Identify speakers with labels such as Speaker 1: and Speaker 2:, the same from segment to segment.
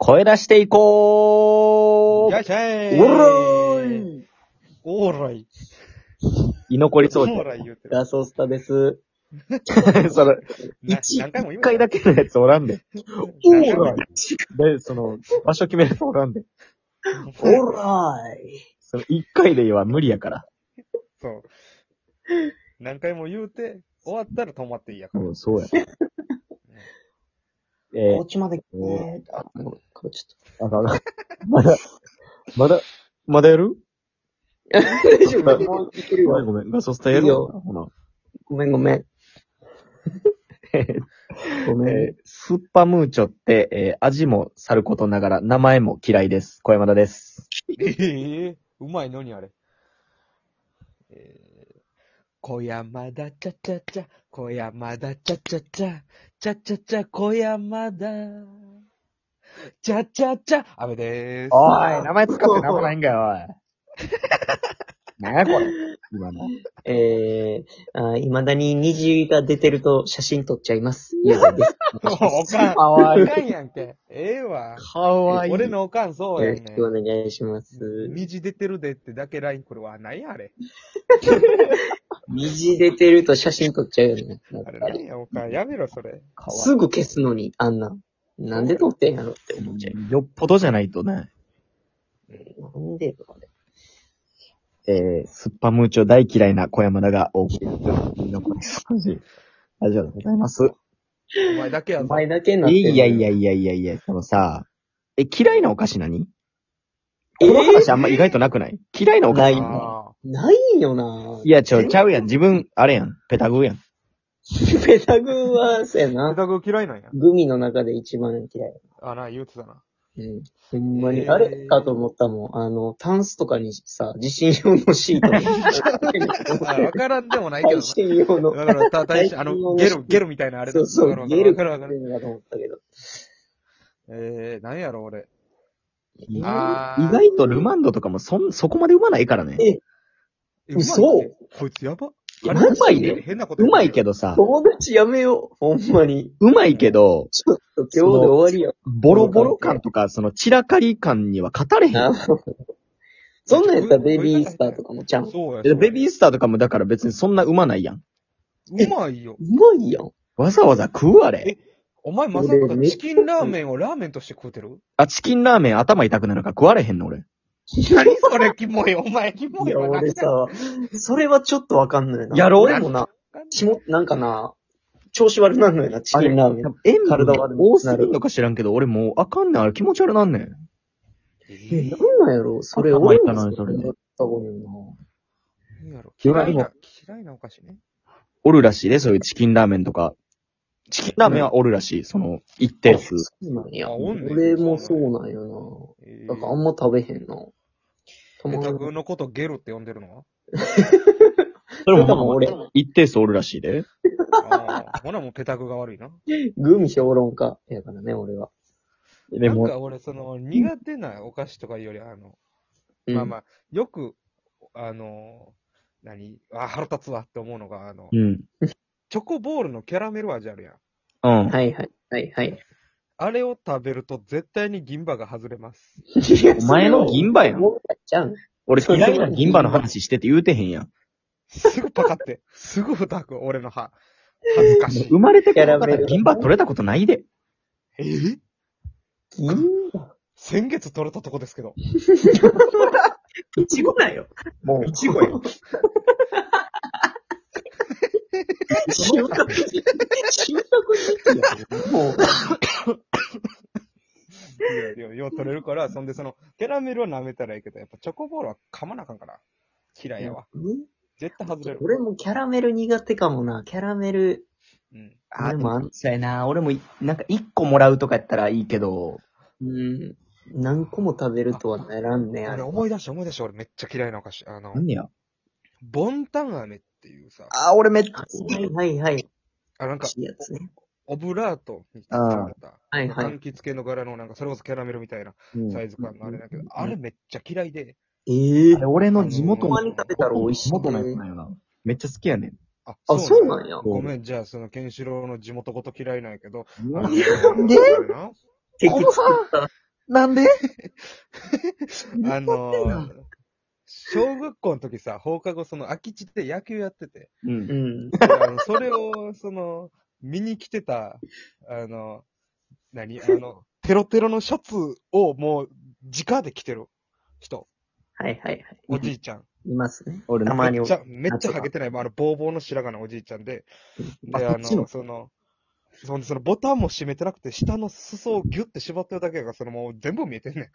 Speaker 1: 声出していこ
Speaker 2: よっしゃー
Speaker 1: うおらーい
Speaker 2: おーらい。
Speaker 1: 居残りそう
Speaker 2: おーらい言うてる。
Speaker 3: ラソスタです。
Speaker 1: それ、
Speaker 2: 何回も言う
Speaker 1: 一回だけのやつおらんで。
Speaker 2: 何回も言う
Speaker 1: で、場所決めるやつおらんで。
Speaker 3: オーライ。
Speaker 1: 一回では無理やから。
Speaker 2: そう。何回も言うて、終わったら止まっていいやから。
Speaker 1: そうや。
Speaker 3: お家まで来て、もう、かぶっちゃっ
Speaker 1: まだやる
Speaker 3: た。大丈夫もういけるよ。
Speaker 1: ごめんごめん。ガソスタやる
Speaker 3: いいよ
Speaker 1: ほな。
Speaker 3: ごめんごめん。ごめん。
Speaker 1: スッパムーチョって、味もさることながら名前も嫌いです。小山田です。
Speaker 2: うまいのにあれ。小山田チャチャチャ、小山田チャチャチャ、チャチャチャ小山田、チャチャチャ、阿部でーす。
Speaker 1: おい、名前使ってなんもないんかよ、おい。なんやこれ。今の。
Speaker 3: 未だに虹が出てると写真撮っちゃいます。ゆうざいです。
Speaker 2: おかん。
Speaker 1: かわいい
Speaker 2: おかんやんけ。ええわ。
Speaker 1: かわいい。
Speaker 2: 俺のおかんそうや
Speaker 3: よろし
Speaker 2: ね
Speaker 3: くお願いします。
Speaker 2: 虹出てるでってだけラインこれは何やあれ。
Speaker 3: 虹出てると写真撮っちゃうよね。
Speaker 2: あれ何やおかん。やめろそれ。
Speaker 1: かわいい
Speaker 3: すぐ消すのに、あんな。なんで撮ってんやろって思っちゃ
Speaker 1: よっぽどじゃないとね。
Speaker 3: う。なんでとかね。
Speaker 1: スッパムーチョ大嫌いな小山田がお送りする居残り掃除ラジオでございます。
Speaker 2: お前だけやぞ。
Speaker 3: お前だけになってる。
Speaker 1: いや、さ、嫌いなお菓子何この話あんま意外となくない嫌いなお菓
Speaker 3: ない
Speaker 1: 子
Speaker 2: あ
Speaker 3: ないよな。
Speaker 1: いや、ちゃうやん。自分、あれやん。ペタグーやん。
Speaker 3: ペタグは、そうや
Speaker 2: ー。ペ
Speaker 3: な。
Speaker 2: タグ嫌いなんや。
Speaker 3: グミの中で一番嫌い。
Speaker 2: 言うてたな。
Speaker 3: うん。ほんまに、あれかと思ったもん。タンスとかにさ、地震用のシート。
Speaker 2: わからんでもないけど
Speaker 3: 耐震用の。
Speaker 2: な。だから、
Speaker 3: 耐震用の
Speaker 2: ゲルみたいなあれだ
Speaker 3: そうそう、ゲルか
Speaker 2: わかる。
Speaker 3: なと思ったけど。
Speaker 2: 何やろ俺。
Speaker 1: 意
Speaker 2: あー
Speaker 1: 外とルマンドとかもそこまでうまないからね。
Speaker 3: 嘘
Speaker 2: こいつやば。
Speaker 1: いやうまいで
Speaker 2: 変なこと
Speaker 1: うまいけ
Speaker 2: ど。
Speaker 1: どさ、
Speaker 3: 友達やめよう。ほんまに。
Speaker 1: うまいけど、
Speaker 3: ちょっと今日で終わりや。
Speaker 1: ボロボロ感とか、散らかり感には語れへん。
Speaker 3: あそんなんやったらベビースターとかもちゃん。う
Speaker 2: そうや。
Speaker 1: ベビースターとかもだから別にそんなうまないやん。
Speaker 2: うまいよ。
Speaker 3: まいやん。
Speaker 1: わざわざ食うあれ。
Speaker 2: お前まさか
Speaker 3: 俺ね
Speaker 2: チキンラーメンをラーメンとして食うてる
Speaker 1: チキンラーメン頭痛くなるから食われへんの俺。
Speaker 2: 何それキモい。お前キモ
Speaker 3: いや、
Speaker 2: いわ。
Speaker 3: 俺さ、それはちょっとわかんないな。
Speaker 1: やろ
Speaker 3: 俺もな、なんかな、調子悪なんのよな、チキンラーメン。
Speaker 1: 塩分
Speaker 3: 体悪くなる
Speaker 1: 多すぎんのか知らんけど、俺もうあかんねん。あれ気持ち悪なんねん。
Speaker 3: なんなんやろそれ
Speaker 1: 頭
Speaker 3: 俺
Speaker 1: 痛ないそれで
Speaker 3: だった方がいいな。
Speaker 2: 何やろ
Speaker 1: いやでも
Speaker 2: 嫌いなお菓子ね。
Speaker 1: おるらしいで、そういうチキンラーメンとか。チキンラーメンはおるらしい。一定数。
Speaker 3: そうなんや。
Speaker 2: あおんねん
Speaker 3: 俺もそうなんよな。だからあんま食べへんな。
Speaker 2: ペタグのことゲルって呼んでるのは
Speaker 1: それも
Speaker 3: それとも俺
Speaker 1: 一定数おるらしいで。
Speaker 2: ほなもうペタグが悪いな。
Speaker 3: グミ評論家やからね、俺は。
Speaker 1: でも、
Speaker 2: なんか俺苦手なお菓子とかよりまあまあ、よく、腹立つわって思うのが、
Speaker 1: うん。
Speaker 2: チョコボールのキャラメル味あるやん。
Speaker 1: うん。
Speaker 3: はいはい、はいはい。
Speaker 2: あれを食べると絶対に銀歯が外れます。
Speaker 1: お前の銀歯やん。
Speaker 3: もうやっちゃう。
Speaker 1: 俺嫌いな銀歯の話してて言うてへんやん。
Speaker 2: すぐパカって、すぐ蓋開く、俺の歯。恥ずかしい。
Speaker 1: 生まれてから
Speaker 3: キャラメル
Speaker 1: 銀歯取れたことないで。
Speaker 3: 銀歯
Speaker 2: 先月取れたとこですけど。
Speaker 3: いちごだよ。もう。
Speaker 1: いちごやん。
Speaker 3: 収穫時期や。もう。
Speaker 2: いや、よう取れるから、そんでキャラメルは舐めたらいいけど、やっぱチョコボールは噛まなあかんから。嫌いやわ。絶対外れる。
Speaker 3: 俺もキャラメル苦手かもな。キャラメル。
Speaker 2: うん。
Speaker 3: でも
Speaker 1: そうやな。俺も、なんか一個もらうとかやったらいいけど。
Speaker 3: 何個も食べるとはならんね、あれ。
Speaker 2: あれ思い出した、俺めっちゃ嫌いなお菓子。
Speaker 1: 何や
Speaker 2: ボンタン飴っていうさ、
Speaker 1: 俺めっちゃ
Speaker 3: はいはいはい。
Speaker 2: なんか
Speaker 3: い、いやつね。
Speaker 2: オブラートに包まれた、
Speaker 3: はいはい
Speaker 2: 柑橘系の柄のそれこそキャラメルみたいなサイズ感のあれだけど、あれめっちゃ嫌いで。
Speaker 3: え
Speaker 1: あれ俺の地元
Speaker 3: ほんまに食べたら美味しい
Speaker 1: 地元のやつなんよな。めっちゃ好きやねん。
Speaker 2: あ、
Speaker 3: そうなんや。
Speaker 2: ごめん、じゃあケンシロウの地元ごと嫌いなんやけど、
Speaker 1: うわ
Speaker 3: なんで
Speaker 2: あれな
Speaker 3: 敵作った。
Speaker 1: なんで
Speaker 2: 小学校の時さ、放課後空き地で野球やってて、
Speaker 1: う。
Speaker 3: うんん。
Speaker 2: それを、見に来てた、テロテロのシャツをもう、直で着てる人、
Speaker 3: はいはいはい。
Speaker 2: おじいちゃん。
Speaker 3: いますね。
Speaker 1: 俺の
Speaker 3: たまに。
Speaker 2: めっちゃハゲてない、ボーボーの白髪のおじいちゃんで、で、
Speaker 1: あこっちの
Speaker 2: そのボタンも閉めてなくて、下の裾をギュッて縛ってるだけが、もう全部見えてんねん。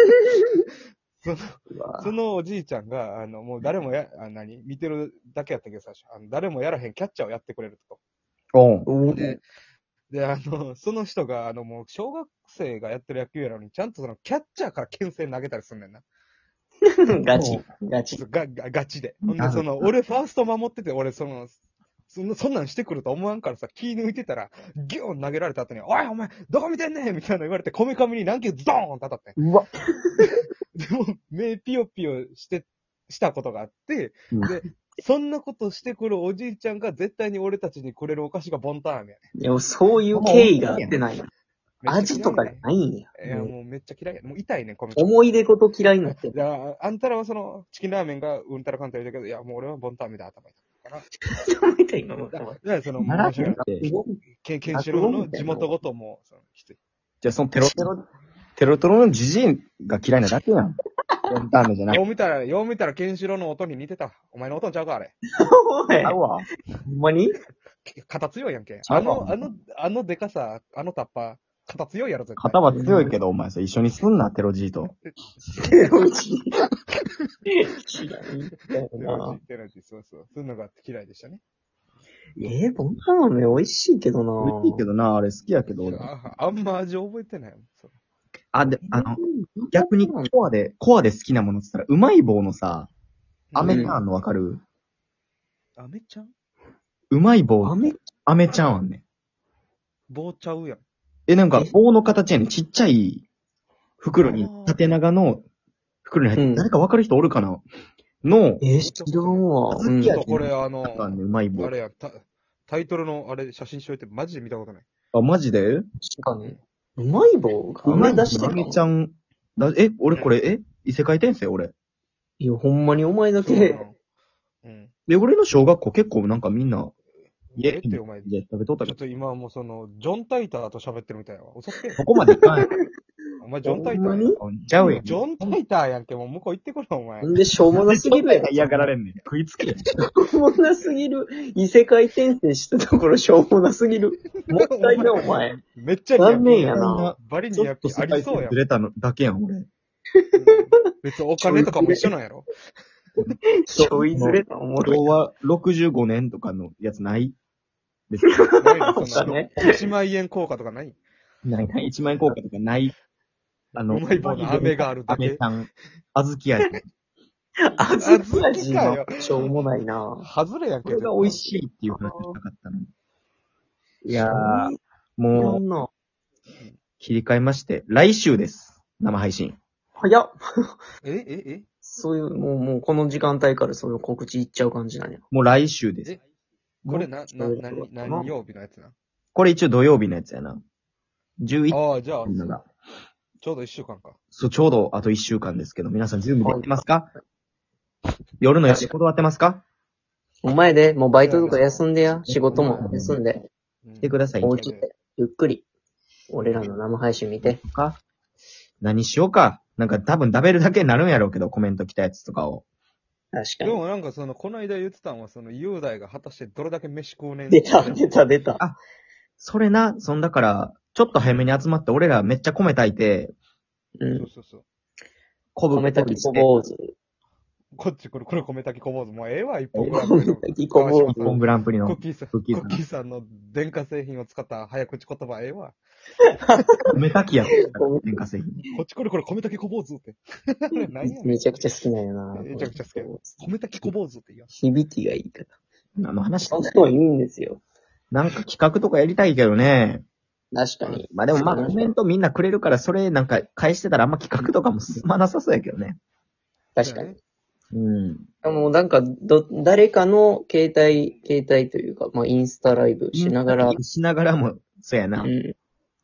Speaker 3: うわ
Speaker 2: そのおじいちゃんが、もう誰も見てるだけやったけどさ、誰もやらへんキャッチャーをやってくれると。
Speaker 1: おう。
Speaker 2: で、その人が、もう、小学生がやってる野球やのに、ちゃんとキャッチャーから牽制投げたりすんねんな。
Speaker 3: ガチ。ガチ。
Speaker 2: ガチで。ほんで、
Speaker 1: なるほ
Speaker 2: 俺ファースト守ってて、俺そんなんしてくると思わんからさ、気抜いてたら、ギューン投げられた後に、おいお前、どこ見てんねんみたいな言われて、こめかみに何球ドーンって当たってん。
Speaker 1: うわ。
Speaker 2: でも、目ピヨピヨしたことがあって、
Speaker 1: うん
Speaker 2: で、そんなことしてくるおじいちゃんが絶対に俺たちにくれるお菓子がボンタン飴やね。
Speaker 3: いや、そういう経緯があってない。
Speaker 2: めっちゃ嫌いやね
Speaker 3: 味とかじゃないんや。
Speaker 2: いや、もうめっちゃ嫌いやね。もう痛いねん、米
Speaker 3: 思い出ごと嫌いになってる。
Speaker 2: いや、あんたらはチキンラーメンがうんたらかんたら言うたけど、いや、もう俺はボンタン飴で頭痛いから。
Speaker 3: 思いたい今も。
Speaker 2: だから申し訳ない。ケンシロウの地元ごとも、きつい。
Speaker 1: じゃあそのテロテロのジジイが嫌いなだけやん。ボンタンメじゃなくて。
Speaker 2: よう見たらケンシロウの音に似てた。お前の音ちゃうか、あれ。
Speaker 3: おい、
Speaker 1: あうわ。
Speaker 3: ほんまに
Speaker 2: 肩強いやんけ。
Speaker 1: ちゃうわ
Speaker 2: でかさ、タッパー、肩強いやろ、絶対。
Speaker 1: 肩は強いけど、お前さ、一緒にすんな、テロジーと。
Speaker 3: テロジー。知らんみたいな。
Speaker 2: テロジー、そうそう。そういうのが嫌いでしたね。
Speaker 3: ボンタン飴美味しいけどな。
Speaker 1: 美味しいけどな、あれ好きやけど、俺。
Speaker 2: あんま味覚えてないもん。
Speaker 1: あ、で、逆にコアで好きなものって言ったら、うまい棒のさ、アメちゃんあんのわかる？
Speaker 2: アメちゃん
Speaker 1: うまい棒、
Speaker 3: 飴
Speaker 1: アメちゃんあんねん。
Speaker 2: 棒ちゃうやん。
Speaker 1: なんか棒の形やねん。ちっちゃい袋に、縦長の袋に入って、誰かわかる人おるかなの、
Speaker 3: 知らんわ。
Speaker 1: 好きやねん
Speaker 2: これ
Speaker 1: あんねんうまい棒。
Speaker 2: あれや、タイトルのあれ写真しといてマジで見たことない。
Speaker 1: あ、マジで
Speaker 3: 確かに。うまい棒が飴出して
Speaker 1: ア
Speaker 3: た
Speaker 1: メちゃん、俺これ、異世界転生俺。
Speaker 3: いや、ほんまにお前だ
Speaker 2: そうな
Speaker 3: け。
Speaker 2: のうん。
Speaker 1: で、俺の小学校結構なんかみんな、
Speaker 2: ってお前、
Speaker 1: じゃ食べとったけど、
Speaker 2: ちょっと今はもうジョン・タイターと喋ってるみたいな。嘘つけ。
Speaker 1: そこまでいかんやん。
Speaker 2: お前ジョン・タイター
Speaker 3: ほんまに
Speaker 2: や
Speaker 1: ちゃうやん。
Speaker 2: ジョン・タイターやんけ。もう向こう行ってくれ、お前。
Speaker 3: んで、しょうもなすぎるやん。
Speaker 1: 嫌がられんねん。食いつけやん。
Speaker 3: しょうもなすぎる。異世界転生したところしょうもなすぎる。もったいな、お前。
Speaker 2: めっちゃ
Speaker 3: 残念やな。
Speaker 2: バリに
Speaker 1: ちょっと
Speaker 2: やっぱありそうやん
Speaker 1: ず。れたのだけやん、俺。
Speaker 2: 別にお金とかも一緒なんやろ。
Speaker 3: ちょいずれたおもろい。
Speaker 1: 昭和65年とかのやつないですよ。
Speaker 2: ないの
Speaker 3: そうだね
Speaker 2: 1万円効果とかない
Speaker 1: ないない。1万円効果とかない。
Speaker 2: うまい棒の飴があるだけ
Speaker 1: 飴さん。小豆味。
Speaker 3: あずき味はしょうもないな。
Speaker 2: 外れやんけ。
Speaker 1: これが美味しいっていう話したかったのに。いやー、
Speaker 3: い
Speaker 1: もう、
Speaker 3: ろんな。
Speaker 1: 切り替えまして、来週です。生配信。
Speaker 3: 早っ。
Speaker 2: え
Speaker 3: そういう、もうこの時間帯からその告知いっちゃう感じなんや。
Speaker 1: もう来週です。
Speaker 2: えこれ何曜日のやつな
Speaker 1: これ一応土曜日のやつやな。11
Speaker 2: ああ、じゃあ、
Speaker 1: 日が。
Speaker 2: ちょうど1週間か。
Speaker 1: そう、ちょうどあと1週間ですけど、皆さん準備できてますか？夜の仕事終わってますか？
Speaker 3: お前で、もうバイトとか休んでや。仕事も休んで。
Speaker 1: 来てください。
Speaker 3: お家で、ゆっくり。俺らの生配信見て。
Speaker 1: か何しようか。なんか多分食べるだけになるんやろうけど、コメント来たやつとかを。
Speaker 3: 確かに。
Speaker 2: でもなんかこの間言ってたのは、雄大が果たしてどれだけ飯食うねん。
Speaker 3: 出た。
Speaker 1: あそれな、だから、ちょっと早めに集まって、俺らめっちゃ米炊いて、
Speaker 3: うん。
Speaker 2: そう。
Speaker 3: 米炊き小坊主。
Speaker 2: こっちこれ米炊き小坊主。もうええわ、一本ぐらい。
Speaker 3: 米炊き小坊
Speaker 1: 日本
Speaker 3: 主。
Speaker 1: グランプリの
Speaker 2: クッキーさんの電化製品を使った早口言葉ええわ。
Speaker 1: 米炊きやろ。電化製品。
Speaker 2: こっちこれ米炊き小坊主って。何やねん。
Speaker 3: めちゃくちゃ好きなんやな。
Speaker 2: めちゃくちゃ好きや米炊き小坊主って言うやん。
Speaker 3: 響きがいいから。
Speaker 1: 何の話
Speaker 3: そんなのいいんですよ。
Speaker 1: なんか企画とかやりたいけどね。
Speaker 3: 確かに。
Speaker 1: まあでもコメントみんなくれるから、それなんか返してたらあんま企画とかも進まなさそうやけどね。
Speaker 3: 確かに。
Speaker 1: うん。
Speaker 3: もうなんか、誰かの携帯というか、まあインスタライブしながら、
Speaker 1: しながらも、そうやな。
Speaker 3: うん。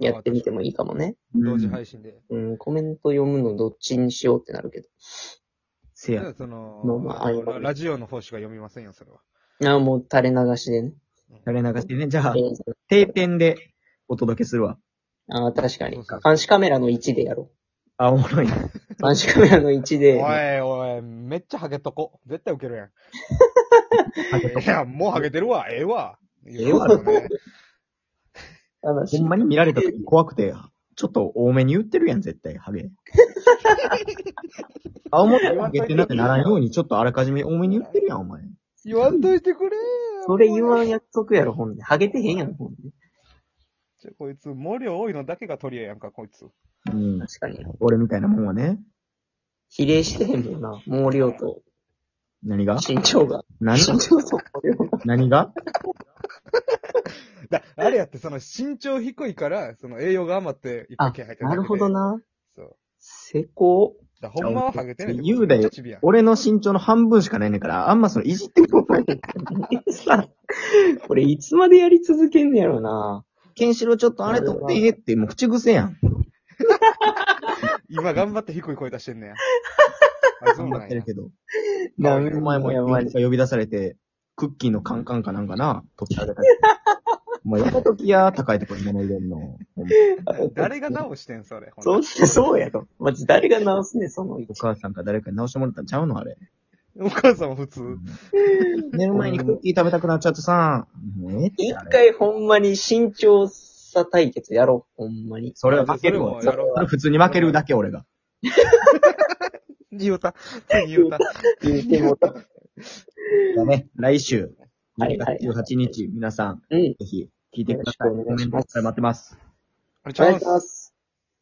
Speaker 3: やってみてもいいかもね。
Speaker 2: 同時配信で。
Speaker 3: コメント読むのどっちにしようってなるけど。
Speaker 1: せや。
Speaker 2: ラジオの方しか読みませんよ、それは。
Speaker 3: もう垂れ流しでね。
Speaker 1: 垂れ流してね。じゃあ、定点でお届けするわ。
Speaker 3: 確かに。
Speaker 2: そうそう
Speaker 3: 監視カメラの位置でやろ
Speaker 1: あ、おもろいな。
Speaker 3: う。監視カメラの位置で。
Speaker 2: おい、めっちゃハゲとこ。絶対ウケるやん。いや、もうハゲてるわ。ええわ。
Speaker 3: ええわ
Speaker 2: ね。
Speaker 1: ほんまに見られた時怖くて、ちょっと多めに言ってるやん、絶対、ハゲ。青森ハゲてなってならんように、ちょっとあらかじめ多めに言ってるやん、お前。
Speaker 2: 言わんといてくれ。
Speaker 3: それ言わん約束やろ、ほんで。ハゲてへんやん、ほんで。
Speaker 2: こいつ、毛量多いのだけが取り柄やんか、こいつ。
Speaker 1: うん。
Speaker 3: 確かに。
Speaker 1: 俺みたいなもんはね。
Speaker 3: 比例してへんもんな。毛量と
Speaker 1: 何が
Speaker 3: 身長が。
Speaker 1: 何
Speaker 3: 身長と毛量が。
Speaker 1: 何が
Speaker 2: あれやって、その身長低いから、その栄養が余っていっぱい毛入ってるだけで。
Speaker 3: なるほどな。
Speaker 2: そう。
Speaker 3: 成功。
Speaker 2: ほんまはハゲてないって
Speaker 1: 言うだよ。俺の身長の半分しかないねんから、あんまそのいじってもらえ
Speaker 3: さ、これいつまでやり続けんねやろな。
Speaker 1: ケンシロウちょっとあれ取ってって、もう口癖やん。
Speaker 2: 今頑張って低い声出してんねや。
Speaker 1: 頑張ってるけど。
Speaker 3: なん
Speaker 1: お前も呼び出されて、クッキーのカンカンかなんかな、取ってあげたり。もうやめときや、高いところに物入れんの。
Speaker 2: 誰が直してん、それ。
Speaker 3: そうやろ。まず誰が直すね、その位置。
Speaker 1: お母さんか誰かに直してもらったんちゃうのあれ。
Speaker 2: お母さんも普通。
Speaker 1: 寝る前にクッキー食べたくなっちゃってさ。
Speaker 3: 一回ほんまに身長差対決やろう。ほんまに。
Speaker 1: それは負けるわ。それ普通に負けるだけ、俺が。
Speaker 2: 言うた。言うた。
Speaker 3: 言うてもた。
Speaker 1: だね、来週。
Speaker 3: はいはい。
Speaker 1: 18日、皆さん、
Speaker 3: ぜ
Speaker 1: ひ、聞いてください。コメント待ってます。
Speaker 2: お願いします。